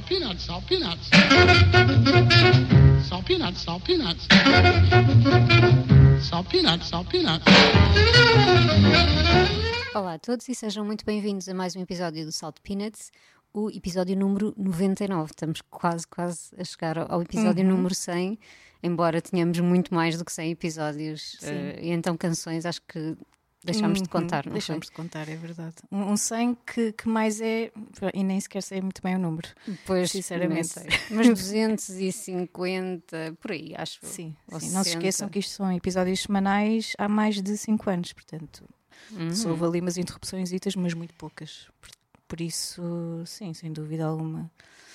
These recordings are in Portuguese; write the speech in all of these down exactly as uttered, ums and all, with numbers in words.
Salt peanuts, salt peanuts. Salt peanuts, salt peanuts. Salt peanuts, salt peanuts. Olá a todos e sejam muito bem-vindos a mais um episódio do Salt Peanuts, o episódio número noventa e nove. Estamos quase, quase a chegar ao episódio uhum. número cem, embora tenhamos muito mais do que cem episódios uh, e então canções, acho que deixámos uhum. de contar, não Deixámos sei? de contar, é verdade. Um, um cem que, que mais é, e nem sequer sei muito bem o número, pois, sinceramente. Sei. Mas duzentos e cinquenta, por aí, acho. Sim, sim. Não se esqueçam que isto são episódios semanais há mais de cinco anos, portanto, uhum. só houve ali umas interrupçõezitas, mas muito poucas. Por, por isso, sim, sem dúvida alguma,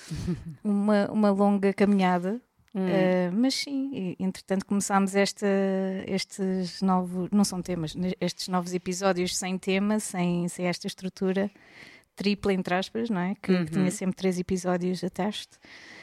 uma, uma longa caminhada. Hum. Uh, mas sim, entretanto começámos esta, estes novos, não são temas, estes novos episódios sem tema, sem, sem esta estrutura tripla, entre aspas, não é? Que, uhum. que tinha sempre três episódios a teste.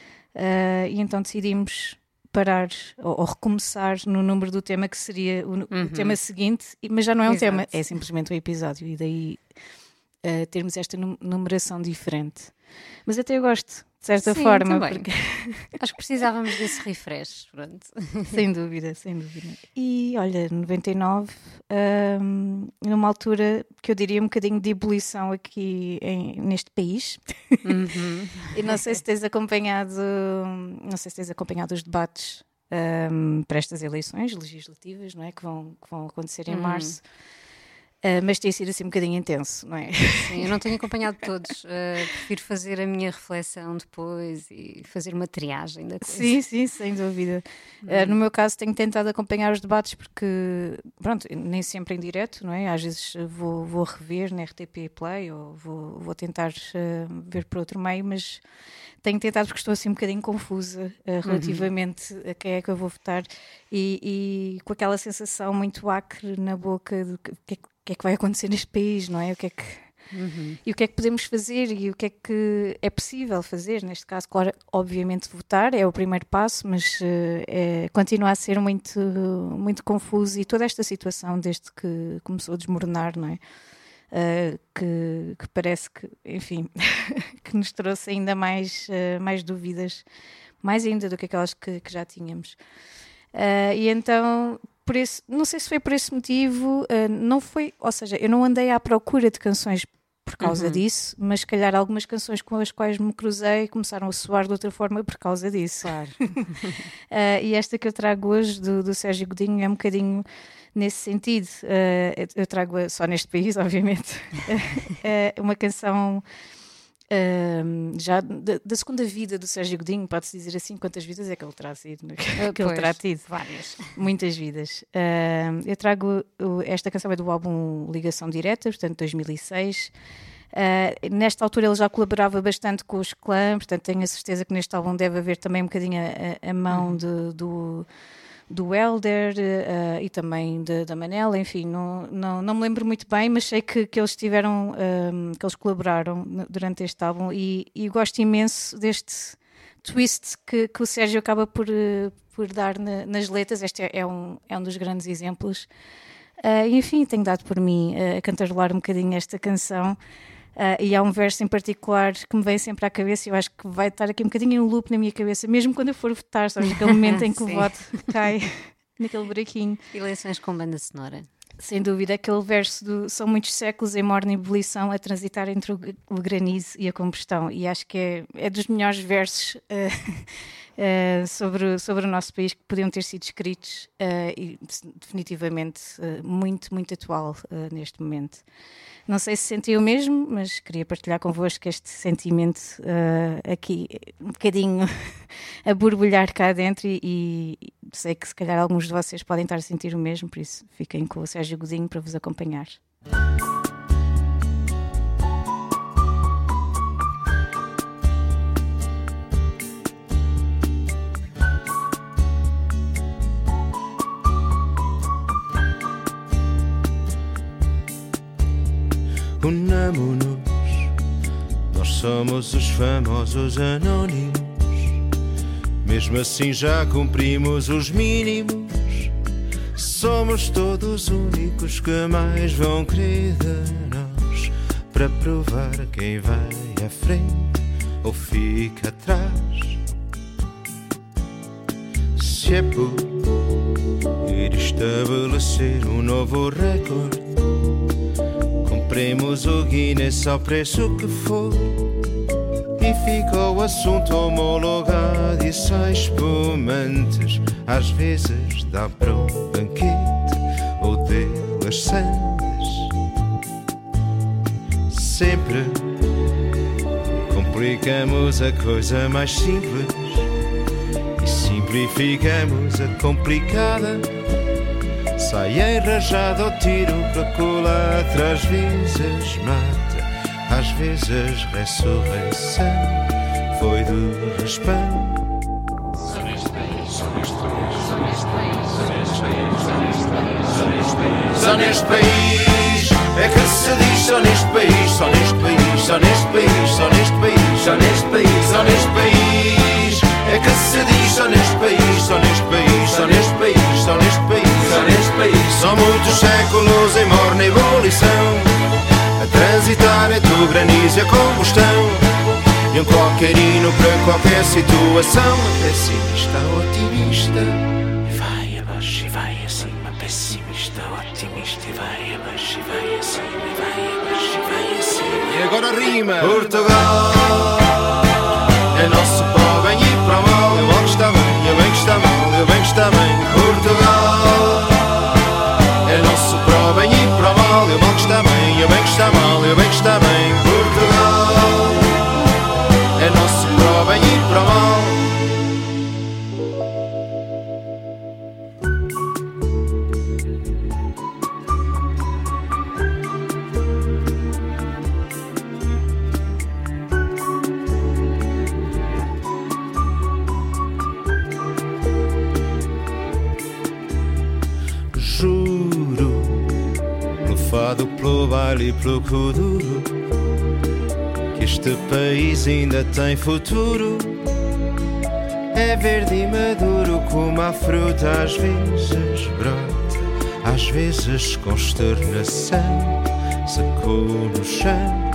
Uh, e então decidimos parar ou, ou recomeçar no número do tema que seria o, uhum. o tema seguinte, mas já não é um Exato. tema, é simplesmente um episódio, e daí uh, termos esta numeração diferente. Mas até eu gosto, de certa Sim, forma. Também. Porque... Acho que precisávamos desse refresh, pronto. Sem dúvida, sem dúvida. E olha, noventa e nove, um, numa altura que eu diria um bocadinho de ebulição aqui em, neste país. Uhum. E não sei se tens acompanhado, não sei se tens acompanhado os debates um, para estas eleições legislativas, não é? Que vão, que vão acontecer em uhum. março. Uh, mas tem sido assim um bocadinho intenso, não é? Sim, eu não tenho acompanhado todos. Uh, prefiro fazer a minha reflexão depois e fazer uma triagem da coisa. Sim, sim, sem dúvida. Hum. Uh, no meu caso tenho tentado acompanhar os debates porque, pronto, nem sempre em direto, não é? Às vezes vou, vou rever na R T P Play ou vou, vou tentar uh, ver por outro meio, mas tenho tentado porque estou assim um bocadinho confusa uh, relativamente uhum. a quem é que eu vou votar e, e com aquela sensação muito acre na boca do que, que, que é que vai acontecer neste país, não é? O que é que, uhum. E o que é que podemos fazer e o que é que é possível fazer, neste caso, claro, obviamente votar é o primeiro passo, mas uh, é, continua a ser muito, muito confuso e toda esta situação desde que começou a desmoronar, não é? Uh, que, que parece que, enfim, que nos trouxe ainda mais, uh, mais dúvidas, mais ainda do que aquelas que, que já tínhamos. Uh, e então, por esse, não sei se foi por esse motivo, uh, não foi, ou seja, eu não andei à procura de canções por causa uhum. disso, mas se calhar algumas canções com as quais me cruzei começaram a soar de outra forma por causa disso. Claro. uh, e esta que eu trago hoje, do, do Sérgio Godinho, é um bocadinho nesse sentido. Uh, eu trago só neste país, obviamente, uh, uma canção uh, já da, da segunda vida do Sérgio Godinho, pode-se dizer assim. Quantas vidas é que ele terá sido? Né? Uh, que pois, ele terá tido? Várias. Muitas vidas. Uh, eu trago, uh, esta canção é do álbum Ligação Direta, portanto dois mil e seis. Uh, nesta altura ele já colaborava bastante com os Clã, portanto tenho a certeza que neste álbum deve haver também um bocadinho a, a mão uhum. de, do... do Helder uh, e também de, da Manela, enfim, não, não, não me lembro muito bem, mas sei que, que eles tiveram, um, que eles colaboraram durante este álbum e, e gosto imenso deste twist que, que o Sérgio acaba por, por dar na, nas letras. Este é, é, um, é um dos grandes exemplos. Uh, e, enfim, tenho dado por mim uh, a cantarolar um bocadinho esta canção. Uh, e há um verso em particular que me vem sempre à cabeça e eu acho que vai estar aqui um bocadinho em loop na minha cabeça, mesmo quando eu for votar, sabes, naquele momento em que o voto cai naquele buraquinho. Eleições com banda sonora. Sem dúvida, aquele verso do são muitos séculos em morna ebulição a transitar entre o, o granizo e a combustão, e acho que é, é dos melhores versos uh, uh, sobre, sobre o nosso país que podiam ter sido escritos uh, e definitivamente uh, muito, muito atual uh, neste momento. Não sei se senti o mesmo, mas queria partilhar convosco este sentimento uh, aqui, um bocadinho a borbulhar cá dentro e, e sei que se calhar alguns de vocês podem estar a sentir o mesmo, por isso fiquem com o Sérgio Godinho para vos acompanhar. Unamo-nos, nós somos os famosos anónimos. Mesmo assim já cumprimos os mínimos. Somos todos únicos que mais vão querer de nós. Para provar quem vai à frente, ou fica atrás. Se é por ir estabelecer um novo recorde, compremos o Guinness ao preço que for, e fica o assunto homologado e sai espumantes. Às vezes dá para um banquete ou delas sandes. Sempre complicamos a coisa mais simples e simplificamos a complicada. Sai enrajado ao tiro pela culatra, às vezes mata, às vezes ressurreição foi do raspão. Só neste país, só neste país, só neste país, só neste país, só neste país, só neste país, só neste país é que se diz só neste país, só neste país, só neste país, só neste país, só neste país, só neste país é que se diz só neste país, só neste país, só neste país, só neste país, só neste país. São muitos séculos em morna ebulição, a transitar entre o granizo e a combustão, e um qualquer hino para qualquer situação. Pessimista, otimista, e vai abaixo e vai acima. Pessimista, otimista, e vai abaixo e vai acima, e vai abaixo e vai acima. E agora rima. Portugal é nosso para o bem e para o mal. Eu bem que está bem, eu bem que está mal, eu bem que está bem. Portugal é nosso para o bem e para o mal. Eu bem que está bem, eu bem que está mal, eu bem que está bem. Portugal é nosso para o bem e para o mal. Juro, pelo fado, pelo baile e pelo kuduro, que este país ainda tem futuro. É verde e maduro como a fruta às vezes brota, às vezes consternação secou no chão.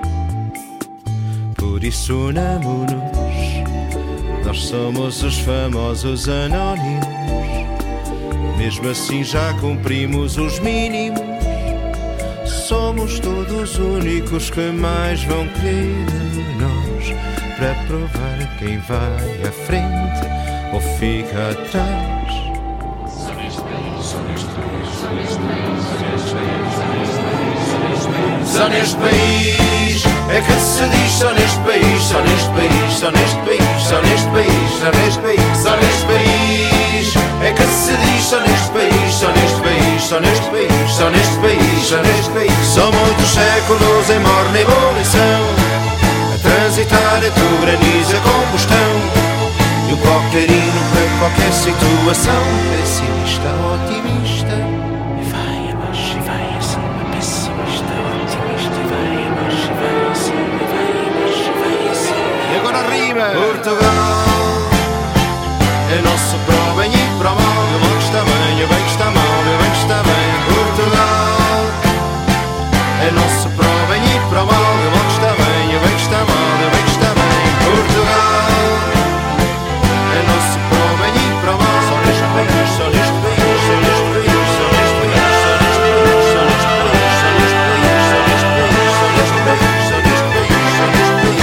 Por isso unamo-nos, nós somos os famosos anónimos. Mesmo assim já cumprimos os mínimos. Somos todos únicos que mais vão querer de nós, para provar a quem vai à frente ou fica atrás. só neste país, só neste país, só neste país, só neste país, só neste país, só neste país, só neste país é que se diz só neste país, só neste país, só neste país, só neste país, só neste país, só neste país é que se diz só neste país, só neste país, só neste país, só neste país, só neste país. São muitos séculos em morna ebulição, a transitar entre o granizo e a combustão, e um qualquer hino para qualquer situação. Pessimista, otimista, e vai abaixo e vai acima. Pessimista, otimista, e vai abaixo e vai acima, e vai abaixo e vai acima. E agora rima. Portugal é nosso para o bem e para o mal. Eu bem que está bem, eu bem que está mal, eu bem que está bem. Portugal é nosso para o bem e para o mal. Eu bem que está bem, eu bem que está mal, eu bem que está bem. Portugal é nosso para o bem e para o mal. Só neste país, só neste país, só neste país, só neste país, só neste país, só neste país, só neste país, só neste país, só neste país, só neste país, só neste país.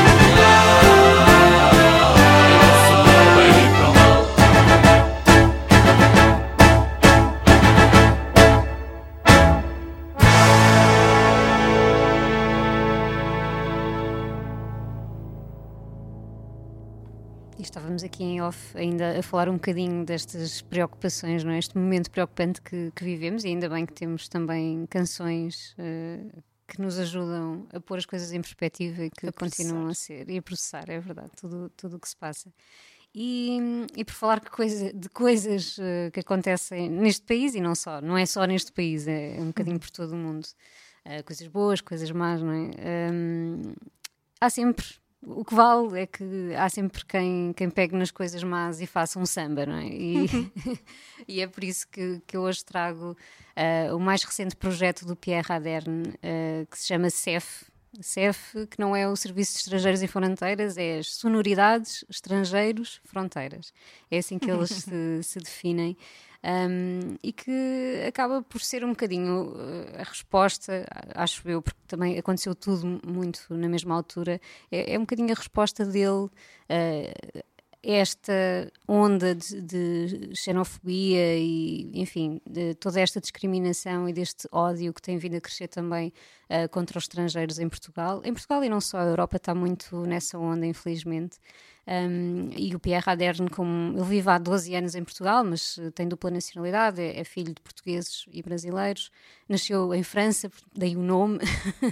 E estávamos aqui em off ainda a falar um bocadinho destas preocupações, não é? Este momento preocupante que, que vivemos, e ainda bem que temos também canções uh, que nos ajudam a pôr as coisas em perspectiva e que a continuam a ser, e a processar, é verdade, tudo, tudo o que se passa. E, e por falar que coisa, de coisas uh, que acontecem neste país, e não só, não é só neste país, é um bocadinho por todo o mundo, uh, coisas boas, coisas más, não é? Um, há sempre... O que vale é que há sempre quem, quem pegue nas coisas más e faça um samba, não é? E, e é por isso que, que eu hoje trago uh, o mais recente projeto do Pierre Radern, uh, que se chama C E F, C E F, que não é o Serviço de Estrangeiros e Fronteiras, é as sonoridades, estrangeiros, fronteiras. É assim que eles se, se definem. Um, e que acaba por ser um bocadinho uh, a resposta, acho eu, porque também aconteceu tudo muito na mesma altura, é, é um bocadinho a resposta dele uh, esta onda de, de xenofobia e, enfim, de toda esta discriminação e deste ódio que tem vindo a crescer também uh, contra os estrangeiros em Portugal. Em Portugal e não só, a Europa está muito nessa onda, infelizmente. Um, e o Pierre Aderne, como ele vive há doze anos em Portugal, mas tem dupla nacionalidade, é, é filho de portugueses e brasileiros, nasceu em França, daí o nome.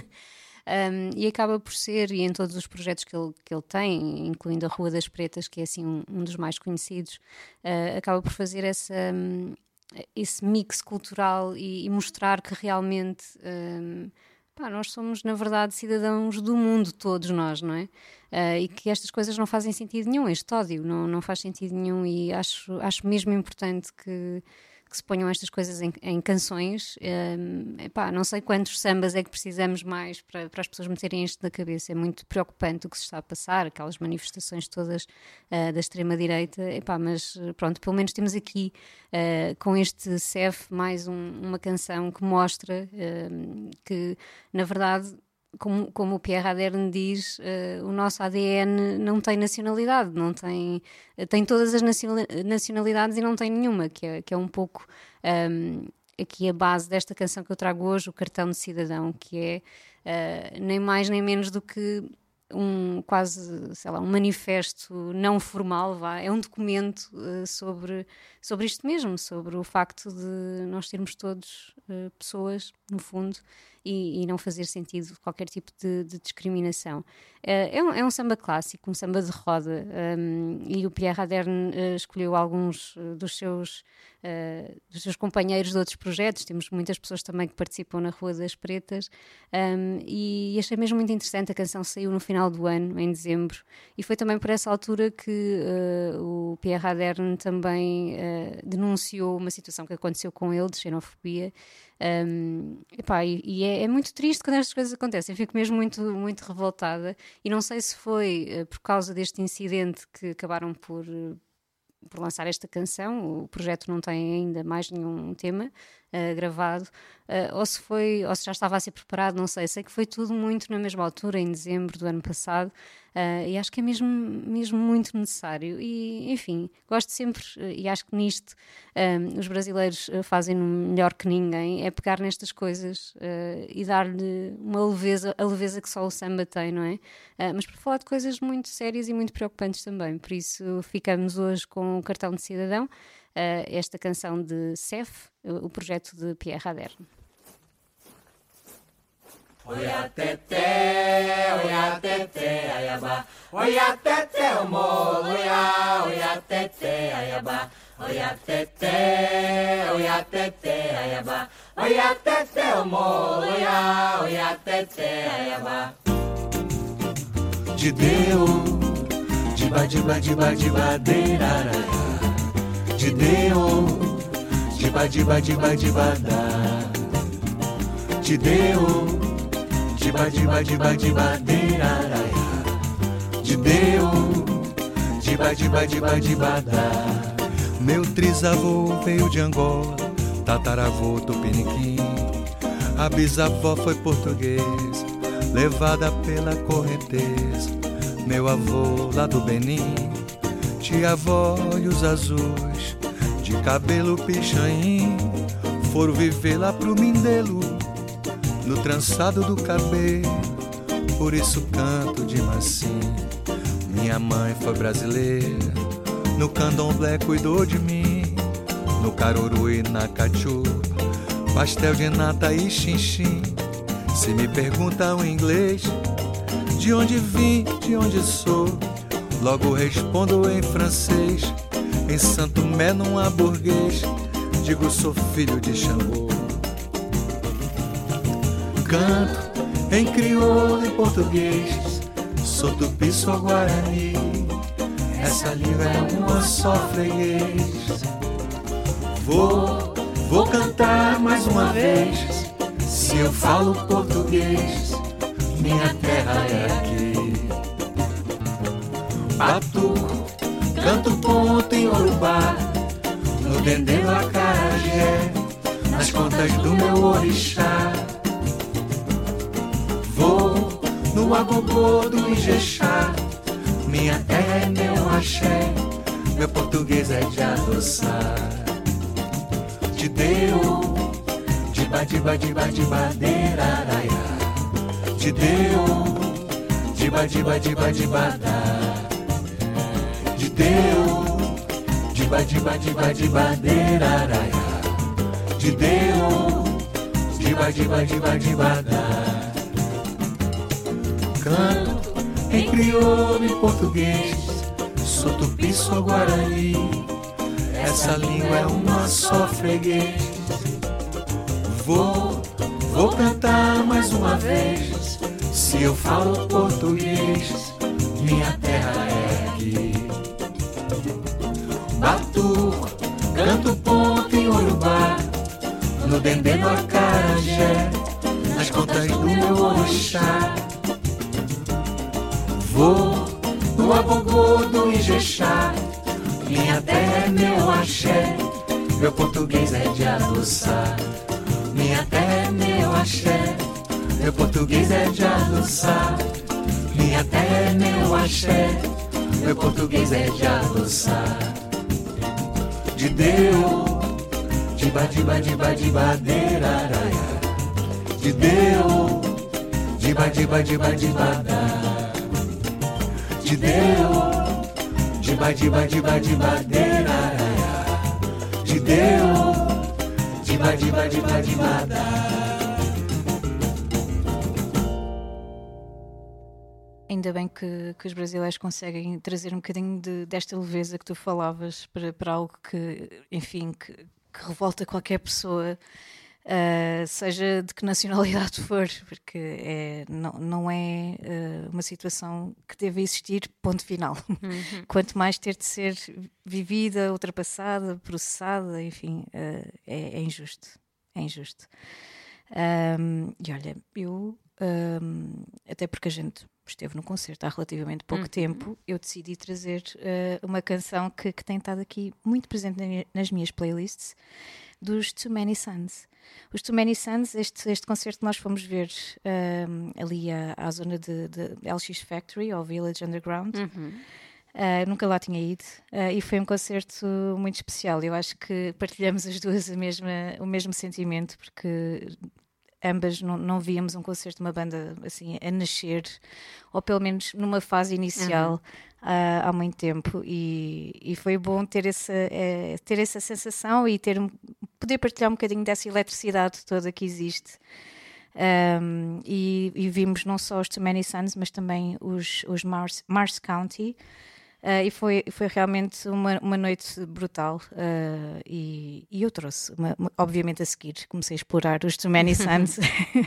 Um, e acaba por ser, e em todos os projetos que ele, que ele tem, incluindo a Rua das Pretas, que é assim um, um dos mais conhecidos, uh, acaba por fazer essa, um, esse mix cultural e, e mostrar que realmente um, pá, nós somos, na verdade, cidadãos do mundo, todos nós, não é? Uh, e que estas coisas não fazem sentido nenhum, este ódio não, não faz sentido nenhum, e acho, acho mesmo importante que que se ponham estas coisas em, em canções. Um, epá, não sei quantos sambas é que precisamos mais para, para as pessoas meterem isto na cabeça. É muito preocupante o que se está a passar, aquelas manifestações todas uh, da extrema-direita. Epá, mas pronto, pelo menos temos aqui uh, com este C E F mais um, uma canção que mostra uh, que, na verdade, Como, como o Pierre Aderne diz, uh, o nosso A D N não tem nacionalidade, não tem, uh, tem todas as nacionalidades e não tem nenhuma, que é, que é um pouco um, aqui a base desta canção que eu trago hoje, o Cartão de Cidadão, que é uh, nem mais nem menos do que um quase, sei lá, um manifesto não formal, vá, é um documento uh, sobre, sobre isto mesmo, sobre o facto de nós sermos todos uh, pessoas, no fundo, e, e não fazer sentido qualquer tipo de, de discriminação. Uh, é, um, é um samba clássico, um samba de roda, um, e o Pierre Aderne uh, escolheu alguns uh, dos seus Uh, dos seus companheiros de outros projetos. Temos muitas pessoas também que participam na Rua das Pretas, um, e achei mesmo muito interessante. A canção saiu no final do ano, em dezembro, e foi também por essa altura que uh, o Pierre Aderne também uh, denunciou uma situação que aconteceu com ele, de xenofobia. Um, epá, e e é, é muito triste quando estas coisas acontecem. Eu fico mesmo muito, muito revoltada, e não sei se foi uh, por causa deste incidente que acabaram por uh, por lançar esta canção. O projeto não tem ainda mais nenhum tema uh, gravado, uh, ou se foi, ou se já estava a ser preparado, não sei. Sei que foi tudo muito na mesma altura, em dezembro do ano passado, uh, e acho que é mesmo, mesmo muito necessário. E, enfim, gosto sempre, uh, e acho que nisto um, os brasileiros uh, fazem melhor que ninguém, é pegar nestas coisas uh, e dar-lhe uma leveza, a leveza que só o samba tem, não é? Uh, mas para falar de coisas muito sérias e muito preocupantes também. Por isso ficamos hoje com o Cartão de Cidadão, uh, esta canção de C E F, o projeto de Pierre Aderne. Oia teté, oia teté, ayaba. Oia teté, o molo, oia, oia teté, ayaba. Oia teté, oia teté, ayaba. Oia teté, o molo, oia, oia teté, ayaba. De Deus, diba, diba, diba, diba, derarara. De Deus, diba, diba, diba, diba, da. De Deus, diba, diba, diba, diba, derarara. De Deus, diba, diba, diba, diba, da. Meu trisavô veio de Angola, tataravô tupiniquim. A bisavó foi portuguesa, levada pela correnteza. Meu avô lá do Benim, tia-avó e os azuis, de cabelo pichain, foram viver lá pro Mindelo, no trançado do cabelo. Por isso canto de mansinho. Minha mãe foi brasileira, no candomblé cuidou de mim, no caruru e na cachupa, pastel de nata e xinxim. Se me perguntam em inglês de onde vim, de onde sou, logo respondo em francês. Em Santo Mé não há burguês, digo sou filho de Xangô. Canto em crioulo e português, sou tupi, sou guarani. Essa língua é uma só freguês. Vou, vou cantar mais uma vez. Se eu falo português, minha terra é aqui. Batuco, canto ponto em Urubá, no dendê do acarajé, nas contas do meu orixá. Vou no agogô do Ijexá, minha terra é meu axé, meu português é de adoçar. Te deu, diba, diba, diba, diba, deraraiá. Te deu, diba, diba, diba, diba, da. Te deu, diba, diba, diba, diba, deraraiá. Te deu, diba, diba, diba, diba, da. Canto em crioulo e português, sou tupi, sou guarani, essa língua é uma só freguês. Vou, vou cantar mais uma vez, se eu falo português, minha terra é aqui. Batuco, canto ponto em Urubá, no dendê do acarajé, nas contas do meu orixá. Vou no agogô do Ijexá, minha terra é meu axé, meu português é de adoçar. Minha terra é meu axé, meu português é de adoçar. Minha terra é meu axé, meu português é de adoçar. De deu, diba, diba, diba, diba, deraraiá. De deu, diba, diba, diba, diba, da. De deu, diba, diba, diba, diba, deraraiá. De deu, diba, diba, diba, diba, da. Ainda bem que, que os brasileiros conseguem trazer um bocadinho de, desta leveza que tu falavas para, para algo que, enfim, que, que revolta qualquer pessoa, uh, seja de que nacionalidade for, porque é, não, não é uh, uma situação que deve existir, ponto final. Uhum. Quanto mais ter de ser vivida, ultrapassada, processada, enfim, uh, é, é injusto. É injusto. Um, e olha, eu, um, até porque a gente esteve no concerto há relativamente pouco uhum. tempo, eu decidi trazer uh, uma canção que, que tem estado aqui muito presente nas minhas playlists, dos Too Many Suns. Os Too Many Suns, este, este concerto nós fomos ver um, ali à, à zona de, de L X Factory, ou Village Underground. Uhum. Uh, nunca lá tinha ido uh, e foi um concerto muito especial. Eu acho que partilhamos as duas a mesma, o mesmo sentimento, porque ambas não, não víamos um concerto de uma banda assim a nascer, ou pelo menos numa fase inicial, uhum. uh, há muito tempo, e, e foi bom ter essa, é, ter essa sensação e ter, poder partilhar um bocadinho dessa eletricidade toda que existe. Um, e, e vimos não só os Too Many Suns, mas também os, os Mars, Mars County. Uh, e foi, foi realmente uma, uma noite brutal, uh, e, e eu trouxe, uma, uma, obviamente a seguir, comecei a explorar os Too Many Suns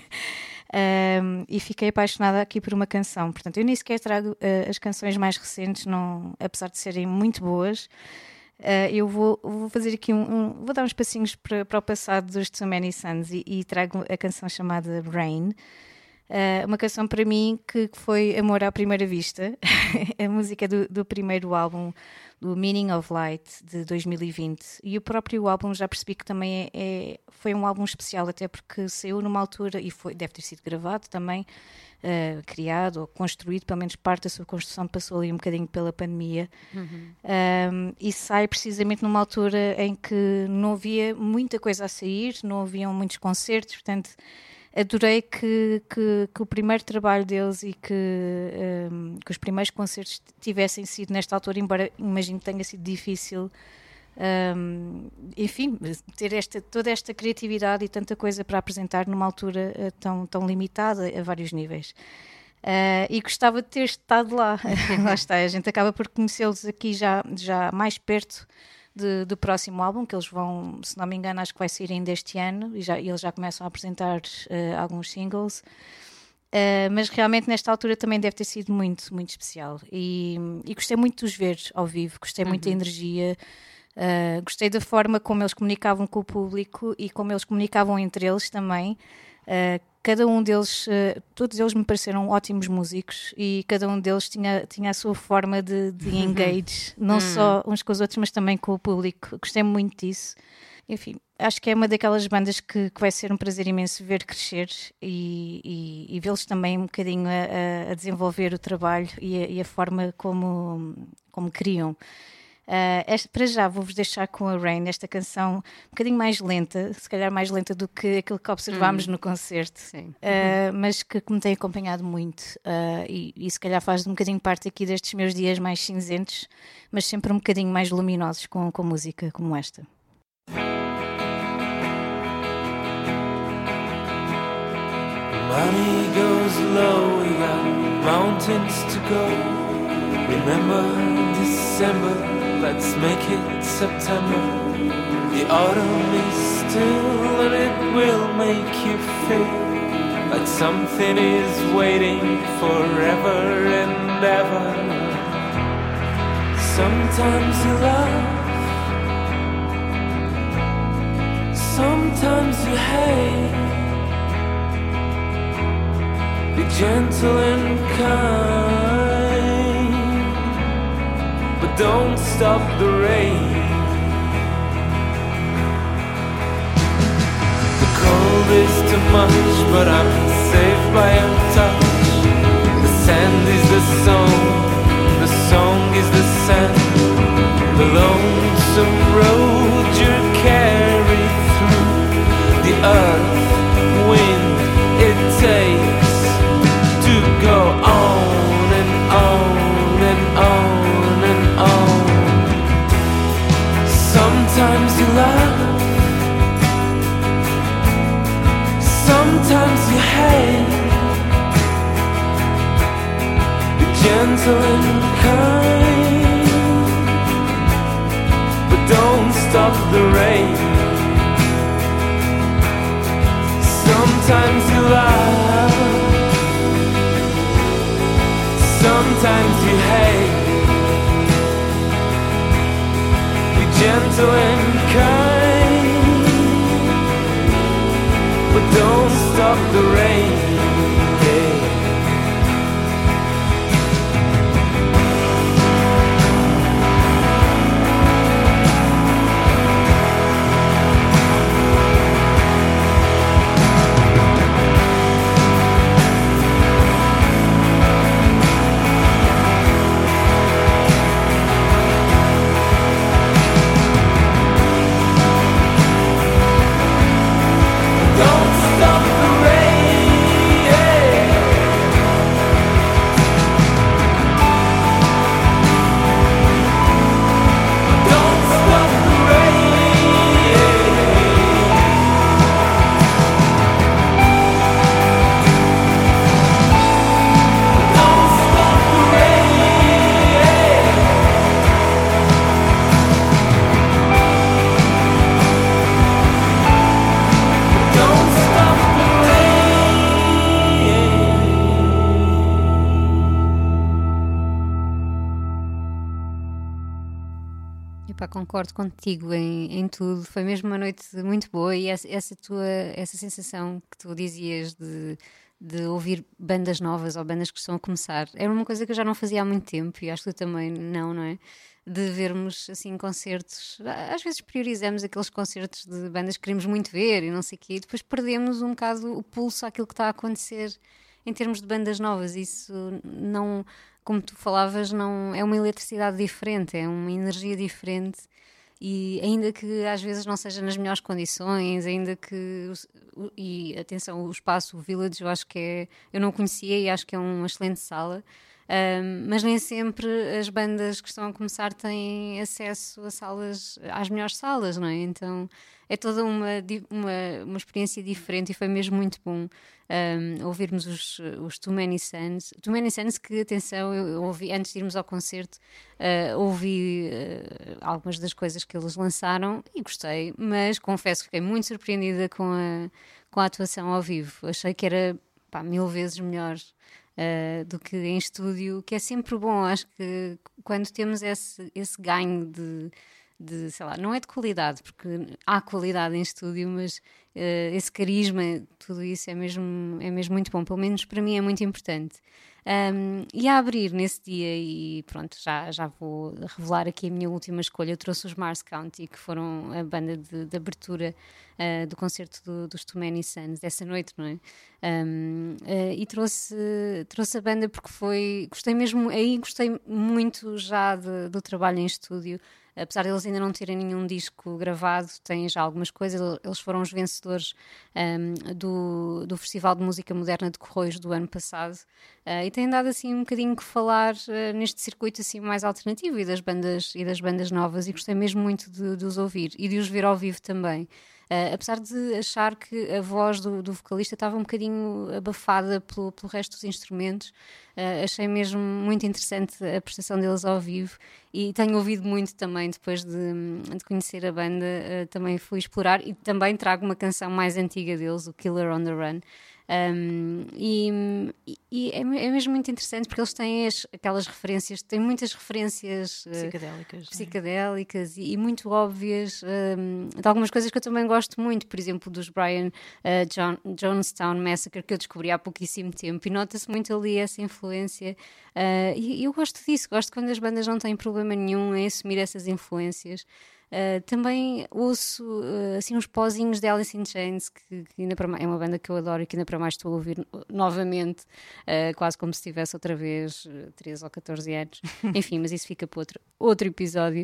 um, e fiquei apaixonada aqui por uma canção. Portanto, eu nem sequer trago uh, as canções mais recentes, não, apesar de serem muito boas. Uh, eu vou, vou fazer aqui um, um vou dar uns passinhos para, para o passado dos Too Many Suns e, e trago a canção chamada Rain. Uh, uma canção para mim que, que foi amor à primeira vista, a música do, do primeiro álbum, do Meaning of Light, de dois mil e vinte, e o próprio álbum já percebi que também é, é, foi um álbum especial, até porque saiu numa altura, e foi, deve ter sido gravado também, uh, criado ou construído, pelo menos parte da sua construção passou ali um bocadinho pela pandemia, uhum. um, e sai precisamente numa altura em que não havia muita coisa a sair, não haviam muitos concertos, portanto adorei que, que, que o primeiro trabalho deles e que, um, que os primeiros concertos tivessem sido nesta altura, embora imagino que tenha sido difícil, um, enfim, ter esta, toda esta criatividade e tanta coisa para apresentar numa altura uh, tão, tão limitada a vários níveis. Uh, e gostava de ter estado lá. Lá está, a gente acaba por conhecê-los aqui já, já mais perto De, do próximo álbum, que eles vão, se não me engano, acho que vai sair ainda este ano, e, já, e eles já começam a apresentar uh, alguns singles, uh, mas realmente nesta altura também deve ter sido muito, muito especial, e, e gostei muito de os ver ao vivo, gostei muito uhum. da energia, uh, gostei da forma como eles comunicavam com o público e como eles comunicavam entre eles também, uh, cada um deles, uh, todos eles me pareceram ótimos músicos e cada um deles tinha, tinha a sua forma de, de engage, não só uns com os outros, mas também com o público. Gostei muito disso. Enfim, acho que é uma daquelas bandas que, que vai ser um prazer imenso ver crescer e, e, e vê-los também um bocadinho a, a desenvolver o trabalho e a, e a forma como, como criam. Uh, este, para já vou-vos deixar com a Rain, esta canção um bocadinho mais lenta, se calhar mais lenta do que aquilo que observámos hum. no concerto, Sim. uh, mas que, que me tem acompanhado muito uh, e, e se calhar faz um bocadinho parte aqui destes meus dias mais cinzentos, mas sempre um bocadinho mais luminosos com, com música como esta. Money goes low, we got mountains to go. Remember December, let's make it September. The autumn is still and it will make you feel like something is waiting forever and ever. Sometimes you laugh, sometimes you hate. Be gentle and kind, but don't stop the rain. The cold is too much, but I'm saved by your touch. The sand is the song, the song is the sand. The lonesome road you're carried through. The earth, wind, it takes to go on and on and on and on. Sometimes you laugh, sometimes you hate. Be gentle and kind, but don't stop the rain. Sometimes you laugh, sometimes you hate. Be gentle and kind, but don't stop the rain. Yeah. Don't stop the rain, yeah. Don't stop the rain, yeah. Don't stop the rain, yeah. Don't stop the rain. Epá, concordo contigo em, em tudo. Foi mesmo uma noite muito boa e essa, essa tua essa sensação que tu dizias de, de ouvir bandas novas ou bandas que estão a começar era uma coisa que eu já não fazia há muito tempo e acho que tu também não, não é? De vermos assim concertos, às vezes priorizamos aqueles concertos de bandas que queremos muito ver e não sei o quê, e depois perdemos um bocado o pulso àquilo que está a acontecer em termos de bandas novas. Isso não, como tu falavas, não é uma eletricidade diferente, é uma energia diferente e ainda que às vezes não seja nas melhores condições, ainda que o- e atenção, o espaço, o Village, eu acho que é, eu não conhecia e acho que é uma excelente sala. Um, mas nem sempre as bandas que estão a começar têm acesso a salas, às melhores salas, não é? Então é toda uma, di- uma, uma experiência diferente e foi mesmo muito bom um, ouvirmos os, os Too Many Suns. Too Many Suns que, atenção, eu, eu ouvi, antes de irmos ao concerto, uh, ouvi uh, algumas das coisas que eles lançaram e gostei, mas confesso que fiquei muito surpreendida com a, com a atuação ao vivo. Achei que era pá, mil vezes melhor Uh, do que em estúdio, que é sempre bom. Acho que quando temos esse, esse ganho de, de, sei lá, não é de qualidade, porque há qualidade em estúdio, mas uh, esse carisma, tudo isso é mesmo, é mesmo muito bom, pelo menos para mim é muito importante. Um, e a abrir nesse dia, e pronto, já, já vou revelar aqui a minha última escolha, eu trouxe os Mars County, que foram a banda de, de abertura uh, do concerto do, dos Too Many Suns, dessa noite, não é? Um, uh, e trouxe, trouxe a banda porque foi, gostei mesmo, aí gostei muito já de, do trabalho em estúdio. Apesar de eles ainda não terem nenhum disco gravado, têm já algumas coisas. Eles foram os vencedores um, do, do Festival de Música Moderna de Corroios do ano passado, uh, e têm dado assim um bocadinho que falar uh, neste circuito assim mais alternativo e das bandas, e das bandas novas, e gostei mesmo muito de, de os ouvir e de os ver ao vivo também. Uh, apesar de achar que a voz do, do vocalista estava um bocadinho abafada pelo, pelo resto dos instrumentos, uh, achei mesmo muito interessante a prestação deles ao vivo, e tenho ouvido muito também depois de, de conhecer a banda, uh, também fui explorar, e também trago uma canção mais antiga deles, o Killer on the Run. Um, e e é, é mesmo muito interessante porque eles têm as, aquelas referências, têm muitas referências psicadélicas, uh, psicadélicas e, e muito óbvias, um, de algumas coisas que eu também gosto muito, por exemplo, dos Brian uh, John, Jonestown Massacre, que eu descobri há pouquíssimo tempo, e nota-se muito ali essa influência, uh, e eu gosto disso, gosto quando as bandas não têm problema nenhum em assumir essas influências. Uh, também ouço uh, assim uns pozinhos de Alice in Chains, que, que ainda para mais, é uma banda que eu adoro e que ainda para mais estou a ouvir novamente, uh, quase como se tivesse outra vez uh, treze ou catorze anos. Enfim, mas isso fica para outro, outro episódio.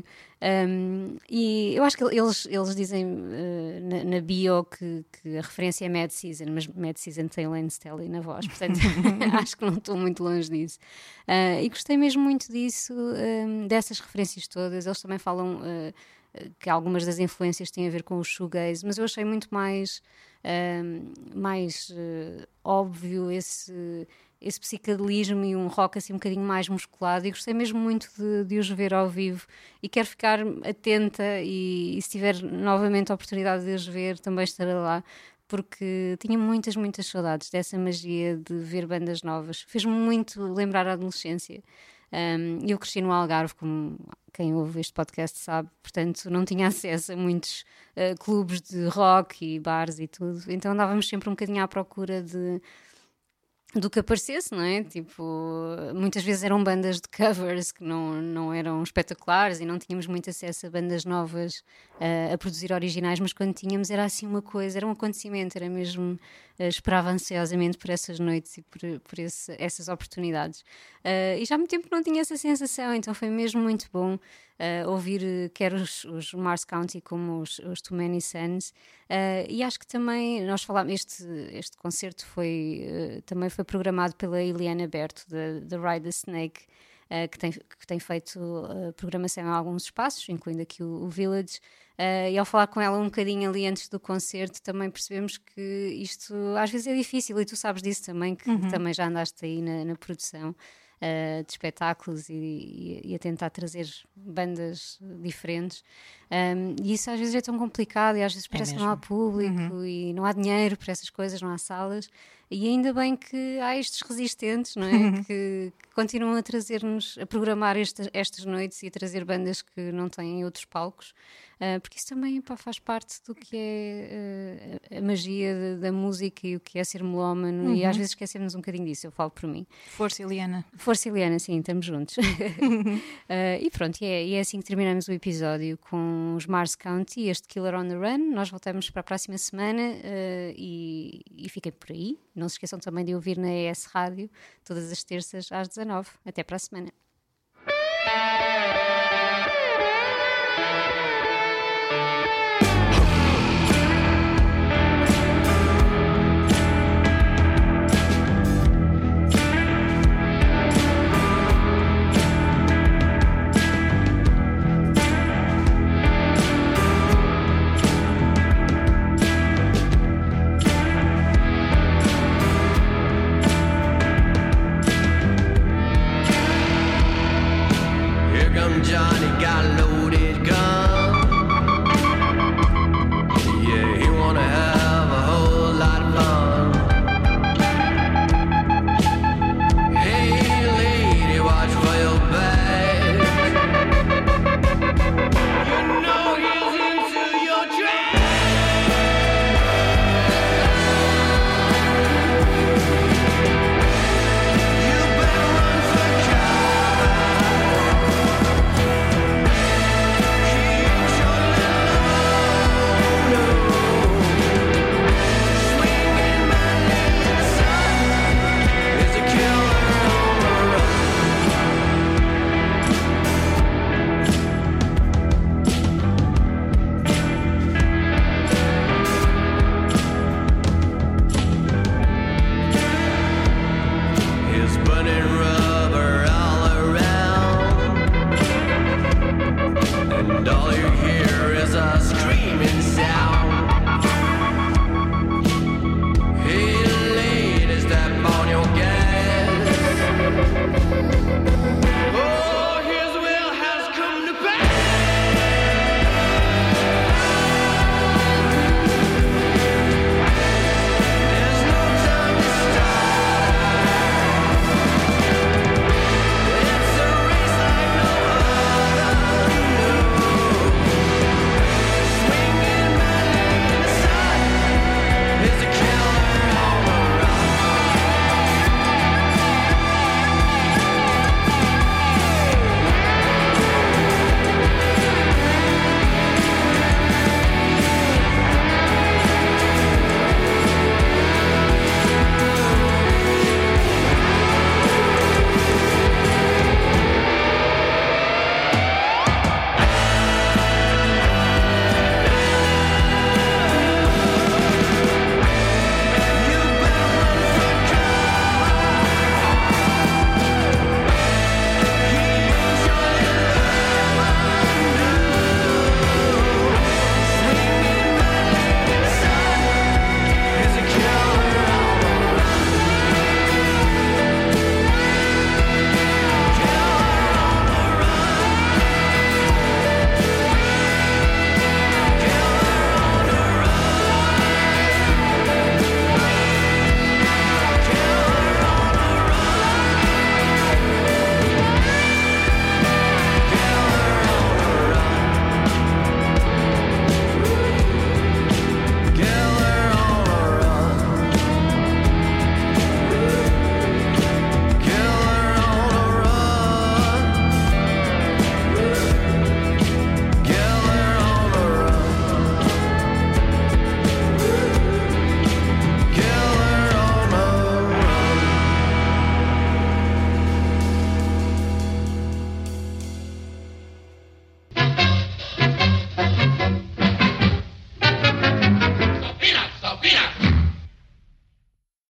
Um, e eu acho que eles, eles dizem uh, na, na bio que, que a referência é Mad Season, mas Mad Season tem Lane Staley na voz, portanto acho que não estou muito longe disso. Uh, e gostei mesmo muito disso, um, dessas referências todas. Eles também falam uh, que algumas das influências têm a ver com o shoegaze, mas eu achei muito mais, uh, mais uh, óbvio esse, esse psicadelismo e um rock assim um bocadinho mais musculado, e gostei mesmo muito de, de os ver ao vivo, e quero ficar atenta, e, e se tiver novamente a oportunidade de os ver, também estarei lá, porque tinha muitas, muitas saudades dessa magia de ver bandas novas. Fez-me muito lembrar a adolescência. Um, eu cresci no Algarve, como quem ouve este podcast sabe, portanto não tinha acesso a muitos uh, clubes de rock e bares e tudo, então andávamos sempre um bocadinho à procura de do que aparecesse, não é? Tipo, muitas vezes eram bandas de covers que não, não eram espetaculares, e não tínhamos muito acesso a bandas novas uh, a produzir originais, mas quando tínhamos era assim uma coisa, era um acontecimento, era mesmo, uh, esperava ansiosamente por essas noites e por, por esse, essas oportunidades. Uh, e já há muito tempo não tinha essa sensação, então foi mesmo muito bom Uh, ouvir uh, quer os, os Mars County como os, os Too Many Suns, uh, e acho que também nós falámos, este, este concerto foi, uh, também foi programado pela Eliana Berto da Ride the Snake, uh, que, tem, que tem feito uh, programação em alguns espaços, incluindo aqui o, o Village, uh, e ao falar com ela um bocadinho ali antes do concerto também percebemos que isto às vezes é difícil, e tu sabes disso também, que uhum. também já andaste aí na, na produção Uh, de espetáculos e, e, e a tentar trazer bandas diferentes, um, e isso às vezes é tão complicado, e às vezes parece é que não há público, uhum. e não há dinheiro para essas coisas, não há salas, e ainda bem que há estes resistentes, não é? Uhum. que, que continuam a trazer-nos, a programar esta, estas noites e a trazer bandas que não têm outros palcos, uh, porque isso também pá, faz parte do que é uh, a magia de, da música e o que é ser melómano, uhum. e às vezes esquecemos um bocadinho disso, eu falo por mim. Força, Eliana. Força, Eliana, sim, estamos juntos. uh, e pronto, e é, e é assim que terminamos o episódio com os Mars County e este Killer on the Run. Nós voltamos para a próxima semana, uh, e, e fiquem por aí. Não se esqueçam também de ouvir na E S Rádio todas as terças às dezanove. Até para a semana.